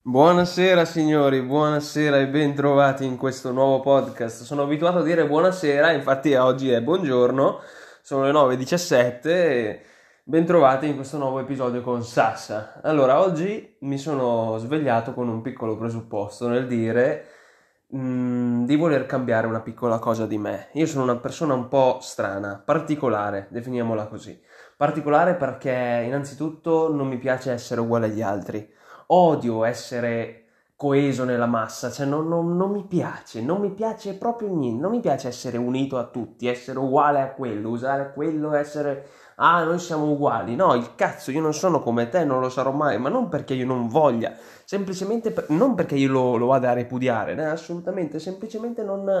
Buonasera signori, buonasera e bentrovati in questo nuovo podcast. Sono abituato a dire buonasera, infatti oggi è buongiorno, sono le 9:17 e bentrovati in questo nuovo episodio con Sassa. Allora, oggi mi sono svegliato con un piccolo presupposto nel dire di voler cambiare una piccola cosa di me. Io sono una persona un po' strana, particolare, definiamola così. Particolare perché innanzitutto non mi piace essere uguale agli altri. Odio essere coeso nella massa, cioè non mi piace proprio niente, non mi piace essere unito a tutti, essere uguale a quello, usare quello, essere, noi siamo uguali, no, il cazzo, io non sono come te, non lo sarò mai, ma non perché io non voglia, semplicemente, non perché io lo vada a repudiare, assolutamente, semplicemente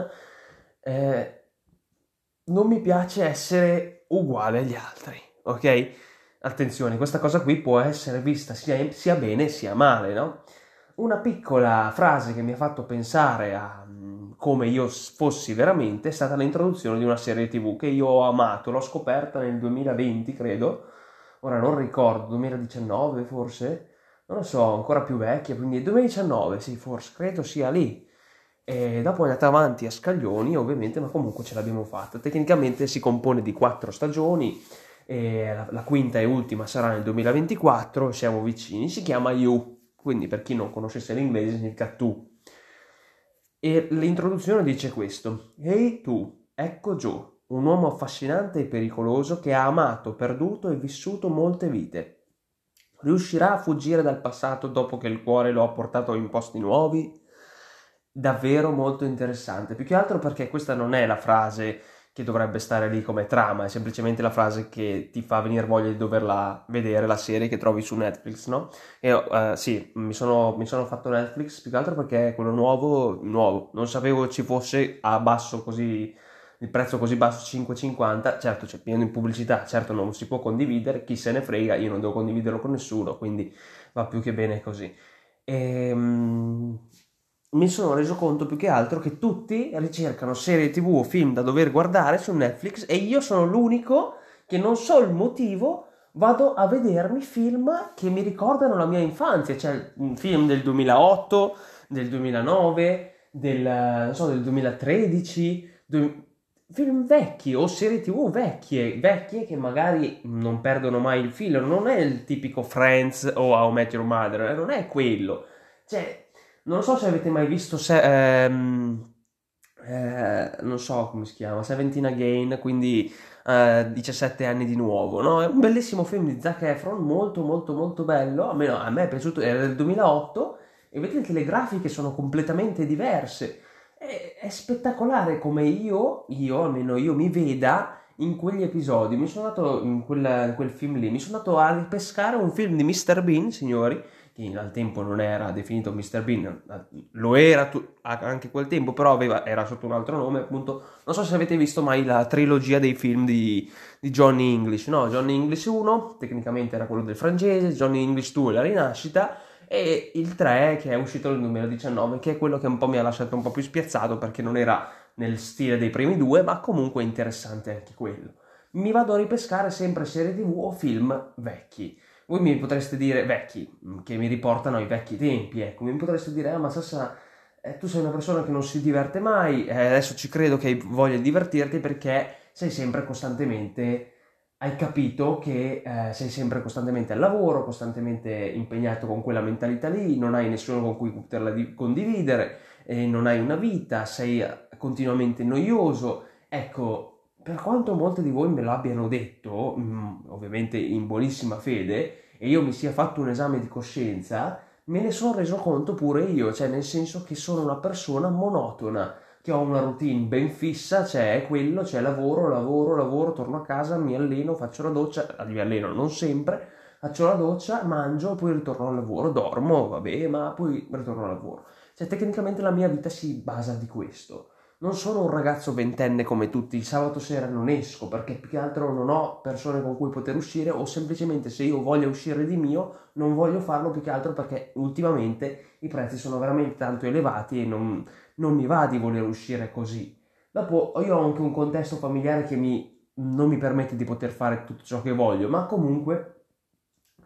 eh, non mi piace essere uguale agli altri, ok? Attenzione, questa cosa qui può essere vista sia bene sia male, no? Una piccola frase che mi ha fatto pensare a come io fossi veramente è stata l'introduzione di una serie TV che io ho amato, l'ho scoperta nel 2020, credo, ora non ricordo, 2019 forse, non lo so, ancora più vecchia, quindi 2019, sì, forse, credo sia lì. E dopo è andata avanti a scaglioni, ovviamente, ma comunque ce l'abbiamo fatta. Tecnicamente si compone di 4 stagioni, e la quinta e ultima sarà nel 2024, siamo vicini, si chiama You, quindi per chi non conoscesse l'inglese significa tu. E l'introduzione dice questo: Ehi tu, ecco Joe, un uomo affascinante e pericoloso che ha amato, perduto e vissuto molte vite. Riuscirà a fuggire dal passato dopo che il cuore lo ha portato in posti nuovi? Davvero molto interessante, più che altro perché questa non è la frase che dovrebbe stare lì come trama, è semplicemente la frase che ti fa venire voglia di doverla vedere, la serie che trovi su Netflix, no? E sì, mi sono fatto Netflix più che altro perché è quello nuovo, non sapevo ci fosse a basso così, il prezzo così basso, 5,50, certo c'è pieno di pubblicità, certo non si può condividere, chi se ne frega, io non devo condividerlo con nessuno, quindi va più che bene così. E, mi sono reso conto più che altro che tutti ricercano serie TV o film da dover guardare su Netflix e io sono l'unico che non so il motivo vado a vedermi film che mi ricordano la mia infanzia, cioè un film del 2008, del 2009, non so, del 2013, film vecchi o serie TV vecchie che magari non perdono mai il filo, non è il tipico Friends o How I Met Your Mother, non è quello. Cioè, non so se avete mai visto non so come si chiama, Seventeen Again, quindi 17 anni di nuovo, no? È un bellissimo film di Zac Efron, molto molto molto bello, almeno a me è piaciuto, era del 2008 e vedete che le grafiche sono completamente diverse. È spettacolare come almeno io mi veda in quegli episodi. Mi sono andato in quel film lì, mi sono andato a ripescare un film di Mr. Bean, signori, che al tempo non era definito Mr. Bean, lo era anche quel tempo, però era sotto un altro nome, appunto. Non so se avete visto mai la trilogia dei film di Johnny English, no? Johnny English 1, tecnicamente era quello del francese, Johnny English 2, la rinascita, e il 3 che è uscito nel 2019, che è quello che un po' mi ha lasciato un po' più spiazzato perché non era nel stile dei primi due, ma comunque interessante anche quello. Mi vado a ripescare sempre serie TV o film vecchi. Voi mi potreste dire, vecchi, che mi riportano ai vecchi tempi, ecco, mi potreste dire, ma Sassa, tu sei una persona che non si diverte mai, adesso ci credo che hai voglia di divertirti perché sei sempre costantemente, hai capito che sei sempre costantemente al lavoro, costantemente impegnato con quella mentalità lì, non hai nessuno con cui poterla condividere, non hai una vita, sei continuamente noioso, ecco. Per quanto molte di voi me lo abbiano detto, ovviamente in buonissima fede, e io mi sia fatto un esame di coscienza, me ne sono reso conto pure io, cioè nel senso che sono una persona monotona, che ho una routine ben fissa, c'è quello, c'è lavoro, lavoro, lavoro, torno a casa, mi alleno, faccio la doccia, mi alleno non sempre, faccio la doccia, mangio, poi ritorno al lavoro, dormo, vabbè, ma poi ritorno al lavoro. Cioè tecnicamente la mia vita si basa di questo. Non sono un ragazzo ventenne come tutti, il sabato sera non esco perché più che altro non ho persone con cui poter uscire o semplicemente se io voglio uscire di mio non voglio farlo più che altro perché ultimamente i prezzi sono veramente tanto elevati e non mi va di voler uscire così. Dopo io ho anche un contesto familiare non mi permette di poter fare tutto ciò che voglio, ma comunque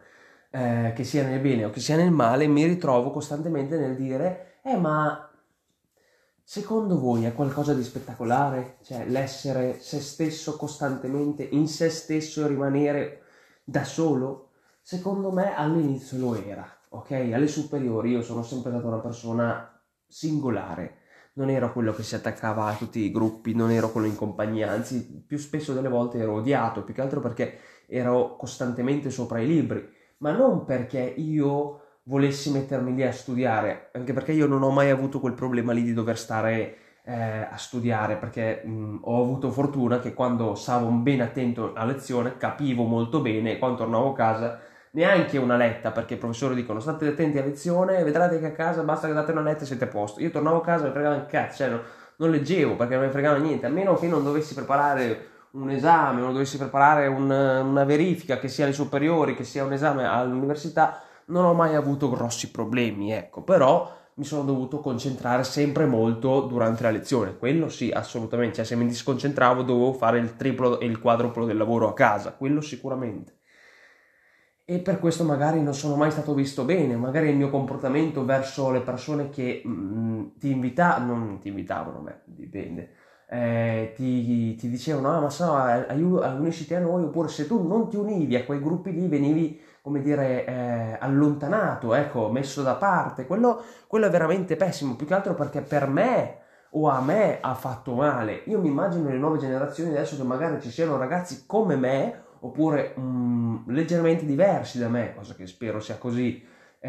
che sia nel bene o che sia nel male, mi ritrovo costantemente nel dire, ma secondo voi è qualcosa di spettacolare? Cioè, l'essere se stesso costantemente, in se stesso e rimanere da solo? Secondo me all'inizio lo era, ok? Alle superiori io sono sempre stata una persona singolare, non ero quello che si attaccava a tutti i gruppi, non ero quello in compagnia, anzi più spesso delle volte ero odiato, più che altro perché ero costantemente sopra i libri, ma non perché io volessi mettermi lì a studiare, anche perché io non ho mai avuto quel problema lì di dover stare a studiare, perché ho avuto fortuna che quando stavo ben attento a lezione capivo molto bene e quando tornavo a casa neanche una letta, perché i professori dicono state attenti a lezione, vedrete che a casa basta che date una letta e siete a posto. Io tornavo a casa e mi fregava un cazzo, cioè non leggevo perché non mi fregava niente, a meno che non dovessi preparare un esame, non dovessi preparare una verifica, che sia alle superiori, che sia un esame all'università, non ho mai avuto grossi problemi, ecco, però mi sono dovuto concentrare sempre molto durante la lezione, quello sì, assolutamente, cioè se mi disconcentravo dovevo fare il triplo e il quadruplo del lavoro a casa, quello sicuramente. E per questo magari non sono mai stato visto bene, magari il mio comportamento verso le persone che non ti invitavano, beh, dipende, ti dicevano, ma unisciti a noi, oppure se tu non ti univi a quei gruppi lì venivi, come dire, allontanato, ecco, messo da parte, quello è veramente pessimo, più che altro perché per me o a me ha fatto male. Io mi immagino le nuove generazioni adesso che magari ci siano ragazzi come me, oppure leggermente diversi da me, cosa che spero sia così,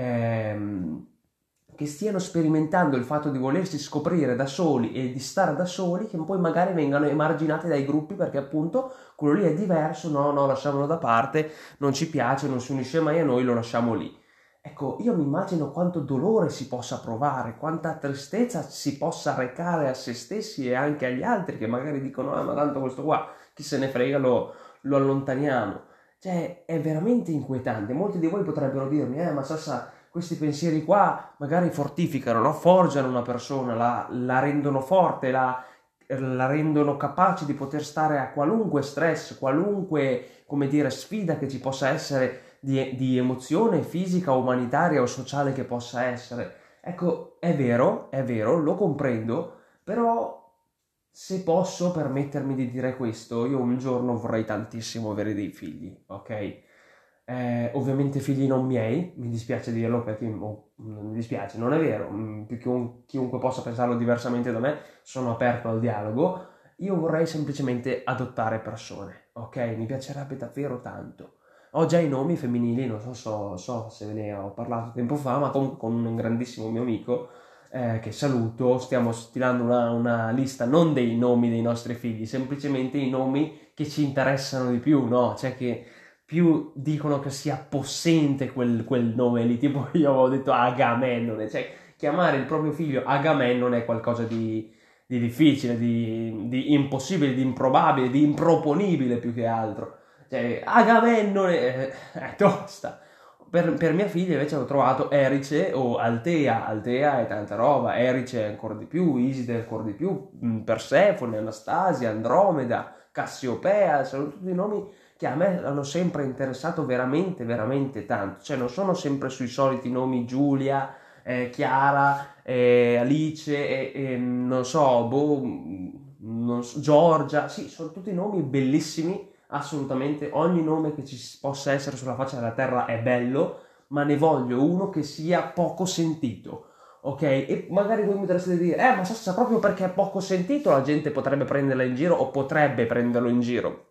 che stiano sperimentando il fatto di volersi scoprire da soli e di stare da soli, che poi magari vengano emarginati dai gruppi perché appunto quello lì è diverso, no, lasciamolo da parte, non ci piace, non si unisce mai a noi, lo lasciamo lì. Ecco, io mi immagino quanto dolore si possa provare, quanta tristezza si possa recare a se stessi e anche agli altri che magari dicono, ma tanto questo qua, chi se ne frega, lo allontaniamo. Cioè, è veramente inquietante. Molti di voi potrebbero dirmi, ma Sassa, questi pensieri qua magari fortificano, no? Forgiano una persona, la rendono forte, la rendono capace di poter stare a qualunque stress, qualunque, come dire, sfida che ci possa essere di emozione fisica, umanitaria o sociale che possa essere. Ecco, è vero, lo comprendo, però se posso permettermi di dire questo, io un giorno vorrei tantissimo avere dei figli, ok? Ovviamente figli non miei, mi dispiace dirlo perché mi dispiace, non è vero, più chiunque possa pensarlo diversamente da me, sono aperto al dialogo, io vorrei semplicemente adottare persone, ok? Mi piacerebbe davvero tanto. Ho già i nomi femminili, non so se ve ne ho parlato tempo fa, ma comunque con un grandissimo mio amico che saluto, stiamo stilando una lista non dei nomi dei nostri figli, semplicemente i nomi che ci interessano di più, no? Cioè che più dicono che sia possente quel nome lì, tipo io avevo detto Agamennone, cioè chiamare il proprio figlio Agamennone è qualcosa di difficile, di impossibile, di improbabile, di improponibile più che altro. Cioè, Agamennone è tosta. Per mia figlia invece ho trovato Erice o Altea. Altea è tanta roba, Erice è ancora di più, Iside ancora di più, Persefone, Anastasia, Andromeda, Cassiopea, sono tutti nomi che a me hanno sempre interessato veramente, veramente tanto. Cioè non sono sempre sui soliti nomi Giulia, Chiara, Alice, non so, Giorgia. Sì, sono tutti nomi bellissimi, assolutamente. Ogni nome che ci possa essere sulla faccia della terra è bello, ma ne voglio uno che sia poco sentito. Ok? E magari voi mi dovreste dire, ma Sassa, proprio perché è poco sentito la gente potrebbe prenderla in giro o potrebbe prenderlo in giro.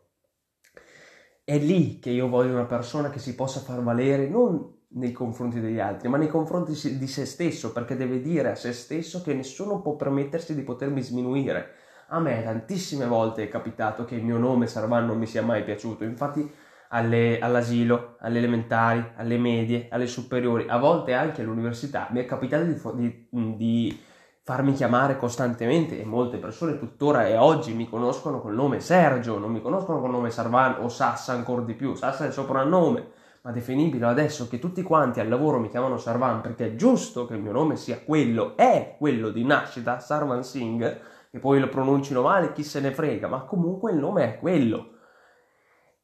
È lì che io voglio una persona che si possa far valere non nei confronti degli altri, ma nei confronti di se stesso, perché deve dire a se stesso che nessuno può permettersi di potermi sminuire. A me tantissime volte è capitato che il mio nome Sarvan non mi sia mai piaciuto, infatti all'asilo, alle elementari, alle medie, alle superiori, a volte anche all'università mi è capitato di farmi chiamare costantemente e molte persone tuttora e oggi mi conoscono col nome Sergio, non mi conoscono col nome Sarvan o Sassa ancora di più. Sassa è il soprannome, ma definibile adesso che tutti quanti al lavoro mi chiamano Sarvan perché è giusto che il mio nome sia quello, è quello di nascita, Sarvan Singh, che poi lo pronuncino male, chi se ne frega, ma comunque il nome è quello.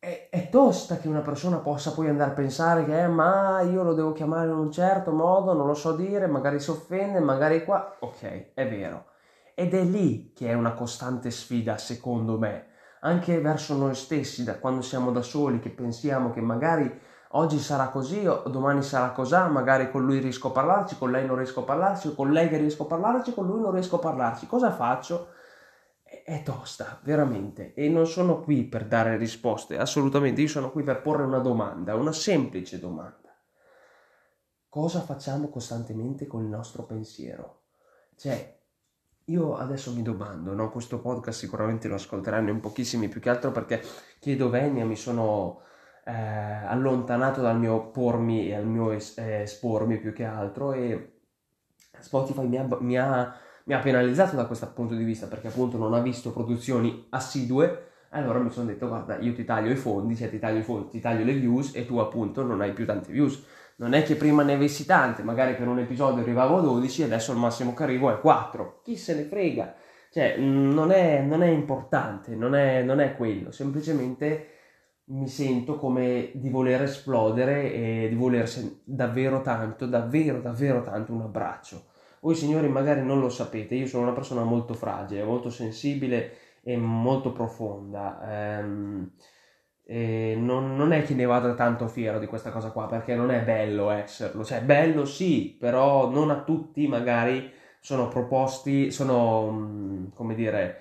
è tosta che una persona possa poi andare a pensare che ma io lo devo chiamare in un certo modo, non lo so dire, magari si offende, magari qua. Ok, è vero. Ed è lì che è una costante sfida, secondo me, anche verso noi stessi, da quando siamo da soli, che pensiamo che magari oggi sarà così o domani sarà cosà, magari con lui riesco a parlarci, con lei non riesco a parlarci, o con lei che riesco a parlarci, con lui non riesco a parlarci. Cosa faccio? È tosta, veramente, e non sono qui per dare risposte, assolutamente, io sono qui per porre una domanda, una semplice domanda. Cosa facciamo costantemente con il nostro pensiero? Cioè, io adesso mi domando, no? Questo podcast sicuramente lo ascolteranno in pochissimi, più che altro perché chiedo venia, mi sono allontanato dal mio pormi e al mio espormi più che altro, e Spotify mi ha penalizzato da questo punto di vista, perché appunto non ha visto produzioni assidue. Allora mi sono detto, guarda, io ti taglio i fondi, cioè ti taglio i fondi, ti taglio le views, e tu appunto non hai più tante views. Non è che prima ne avessi tante, magari per un episodio arrivavo a 12, adesso il massimo che arrivo è 4. Chi se ne frega? Cioè, non è importante, non è quello. Semplicemente mi sento come di voler esplodere e di voler davvero tanto, davvero tanto un abbraccio. Voi signori magari non lo sapete, io sono una persona molto fragile, molto sensibile e molto profonda. E non è che ne vada tanto fiero di questa cosa qua, perché non è bello esserlo, cioè bello sì, però non a tutti magari sono proposti, sono, come dire,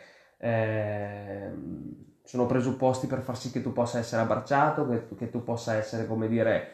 sono presupposti per far sì che tu possa essere abbracciato, che tu possa essere, come dire,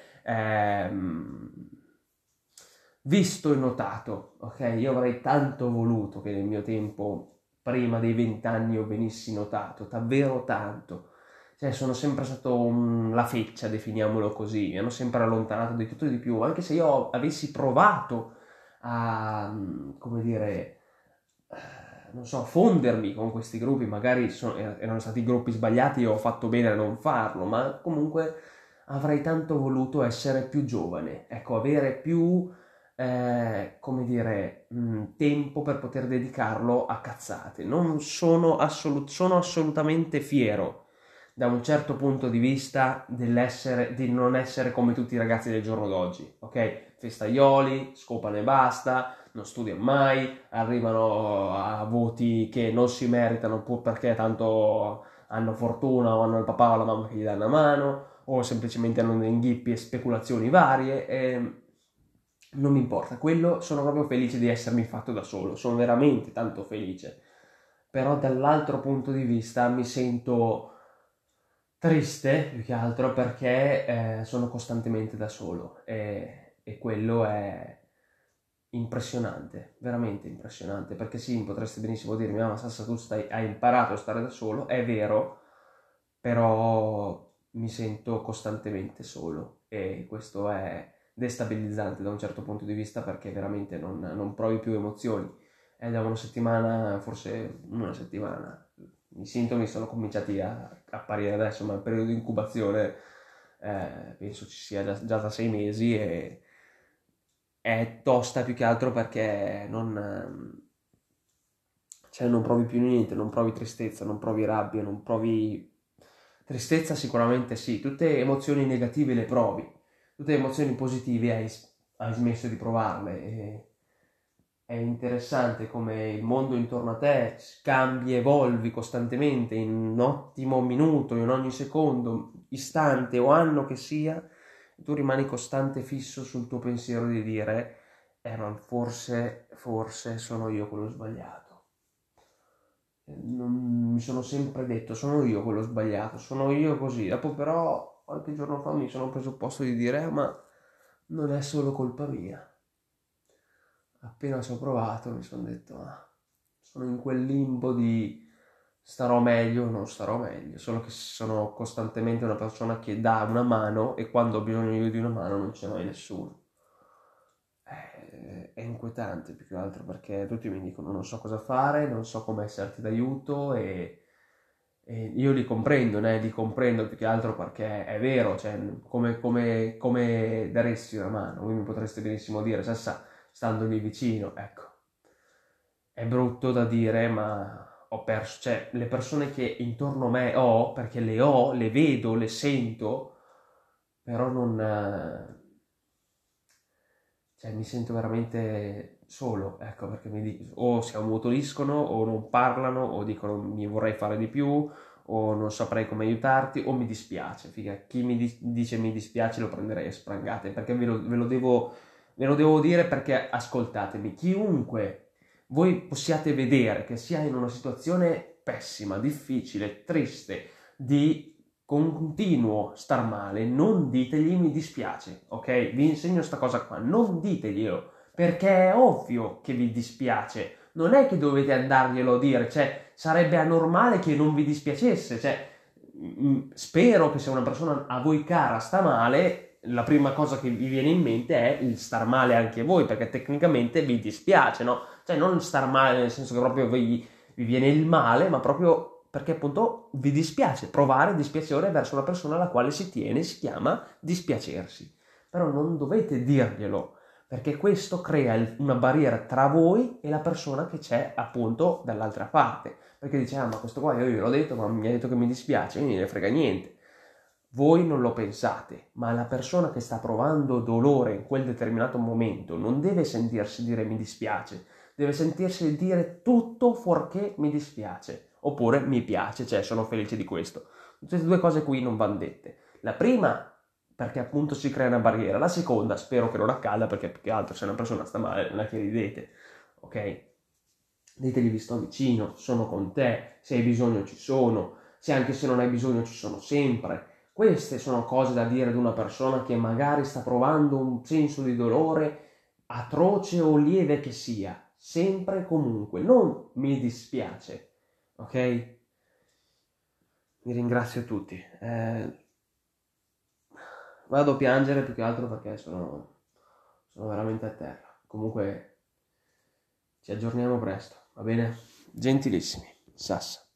visto e notato, ok? Io avrei tanto voluto che nel mio tempo, prima dei 20 anni, io venissi notato, davvero tanto. Cioè, sono sempre stato la feccia, definiamolo così, mi hanno sempre allontanato di tutto e di più, anche se io avessi provato a, come dire, non so, fondermi con questi gruppi, magari erano stati gruppi sbagliati e ho fatto bene a non farlo, ma comunque avrei tanto voluto essere più giovane, ecco, avere più, come dire, tempo per poter dedicarlo a cazzate. Non sono, sono assolutamente fiero da un certo punto di vista di non essere come tutti i ragazzi del giorno d'oggi, ok? Festaioli, scopano e basta, non studiano mai, arrivano a voti che non si meritano pur perché tanto hanno fortuna o hanno il papà o la mamma che gli danno una mano, o semplicemente hanno dei inghippi e speculazioni varie, e non mi importa, quello sono proprio felice di essermi fatto da solo, sono veramente tanto felice. Però dall'altro punto di vista mi sento triste più che altro perché sono costantemente da solo, e quello è impressionante, veramente impressionante, perché sì, potreste benissimo dirmi, ma Sassa, hai imparato a stare da solo, è vero, però mi sento costantemente solo, e questo è destabilizzante da un certo punto di vista, perché veramente non provi più emozioni. È da una settimana, forse una settimana, i sintomi sono cominciati a apparire adesso, ma il periodo di incubazione penso ci sia già da 6 mesi, e è tosta più che altro perché cioè non provi più niente, non provi tristezza, non provi rabbia, non provi tristezza, sicuramente sì, tutte emozioni negative le provi, tutte emozioni positive hai smesso di provarle, e è interessante come il mondo intorno a te cambi, evolvi costantemente in un ottimo minuto, in ogni secondo, istante o anno che sia, tu rimani costante fisso sul tuo pensiero di dire ma forse sono io quello sbagliato. Mi sono sempre detto sono io quello sbagliato, sono io così. Dopo però qualche giorno fa mi sono preso il posto di dire ma non è solo colpa mia. Appena ci ho provato mi sono detto sono in quel limbo di starò meglio o non starò meglio, solo che sono costantemente una persona che dà una mano, e quando ho bisogno io di una mano non c'è mai nessuno. È inquietante più che altro, perché tutti mi dicono non so cosa fare, non so come esserti d'aiuto, e io li comprendo, né? Li comprendo più che altro perché è vero, cioè come daresti una mano? Voi mi potreste benissimo dire, Sassa, stando lì vicino, ecco. È brutto da dire, ma ho perso, cioè le persone che intorno a me ho, perché le ho, le vedo, le sento, però non, cioè mi sento veramente solo, ecco, perché o si ammutoliscono, o non parlano, o dicono mi vorrei fare di più, o non saprei come aiutarti, o mi dispiace. Figa, chi dice mi dispiace lo prenderei a sprangate, perché ve lo devo dire perché ascoltatemi, chiunque voi possiate vedere che sia in una situazione pessima, difficile, triste, di continuo star male, non ditegli mi dispiace, ok? Vi insegno sta cosa qua, non diteglielo, perché è ovvio che vi dispiace, non è che dovete andarglielo a dire, cioè sarebbe anormale che non vi dispiacesse, cioè spero che se una persona a voi cara sta male, la prima cosa che vi viene in mente è il star male anche voi, perché tecnicamente vi dispiace, no? Cioè non star male nel senso che proprio vi viene il male, ma proprio perché appunto vi dispiace, provare dispiacere verso una persona alla quale si tiene, si chiama dispiacersi. Però non dovete dirglielo, perché questo crea una barriera tra voi e la persona che c'è appunto dall'altra parte. Perché dice, ah ma questo qua io gliel'ho detto, ma mi ha detto che mi dispiace, quindi ne frega niente. Voi non lo pensate, ma la persona che sta provando dolore in quel determinato momento non deve sentirsi dire mi dispiace, deve sentirsi dire tutto fuorché mi dispiace, oppure mi piace, cioè sono felice di questo. Queste due cose qui non vanno dette. La prima, perché appunto si crea una barriera, la seconda, spero che non accada, perché più che altro se una persona sta male non è che ridete, ok? Ditegli vi sto vicino, sono con te, se hai bisogno ci sono, se anche se non hai bisogno ci sono sempre. Queste sono cose da dire ad una persona che magari sta provando un senso di dolore atroce o lieve che sia, sempre e comunque, non mi dispiace, ok? Vi ringrazio tutti. Vado a piangere più che altro perché sono veramente a terra. Comunque ci aggiorniamo presto, va bene? Gentilissimi. Sassa.